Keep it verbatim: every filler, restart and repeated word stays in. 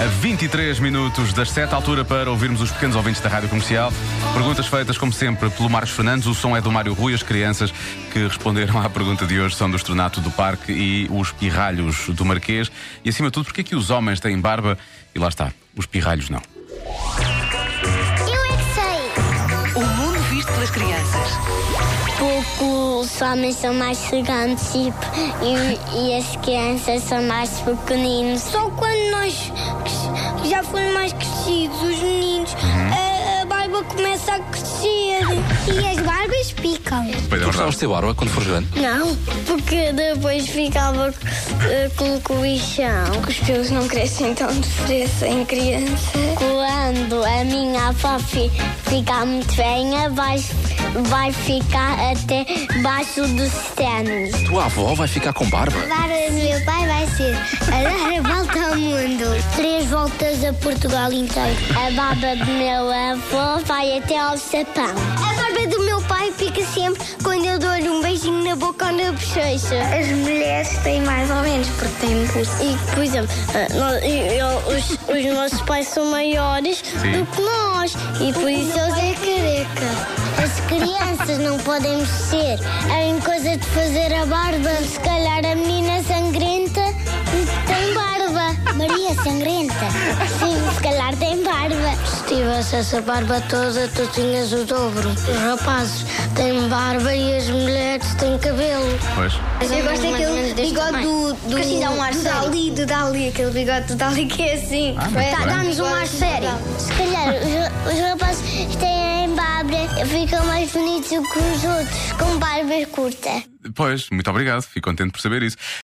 A vinte e três minutos das sete, altura para ouvirmos os pequenos ouvintes da Rádio Comercial. Perguntas feitas, como sempre, pelo Marcos Fernandes. O som é do Mário Rui. As crianças que responderam à pergunta de hoje são do Estornato do Parque e os pirralhos do Marquês. E, acima de tudo, porque é que os homens têm barba e lá está, os pirralhos não? Eu é que sei. O mundo visto pelas crianças. Porque os homens são mais gigantes e, e, e as crianças são mais pequeninos. Só quando nós já fomos mais crescidos, os meninos, a, a barba começa a crescer. E as barbas picam. Pois é, Tu gostavas de ter barba quando fores grande? Não, porque depois ficava uh, com comichão. Os pelos não crescem tão depressa em criança. Quando a minha avó fi, ficar muito velha, vai, vai ficar até baixo dos ténis. Tua avó vai ficar com barba? A barba do meu pai vai ser a dar a volta ao mundo. Três voltas a Portugal inteiro. A barba do meu avô vai até ao Japão. A barba do meu pai fica sempre quando eu dou-lhe um beijinho na boca ou na bochecha. As mulheres têm mais ou menos, porque têm pulso. E, por exemplo, nós, eu, os, os nossos pais são maiores Sim. do que nós. E por isso eles é careca. As crianças não podem mexer em coisa de fazer a barba. Se calhar a menina sangrenta tem barba. Maria sangrenta? Sim, se calhar tem barba. Se tivesse essa barba toda, tu tinhas o dobro. Os rapazes têm barba e as mulheres têm cabelo. Pois. Eu gosto daquele bigode do, do, assim dá um ar do Dali, do Dali, aquele bigode do Dali que é assim. Ah, muito bem. Dá-nos um ar sério. Se calhar os, os rapazes têm barba, ficam mais bonitos que os outros, com barba curta. Pois, muito obrigado. Fico contente por saber isso.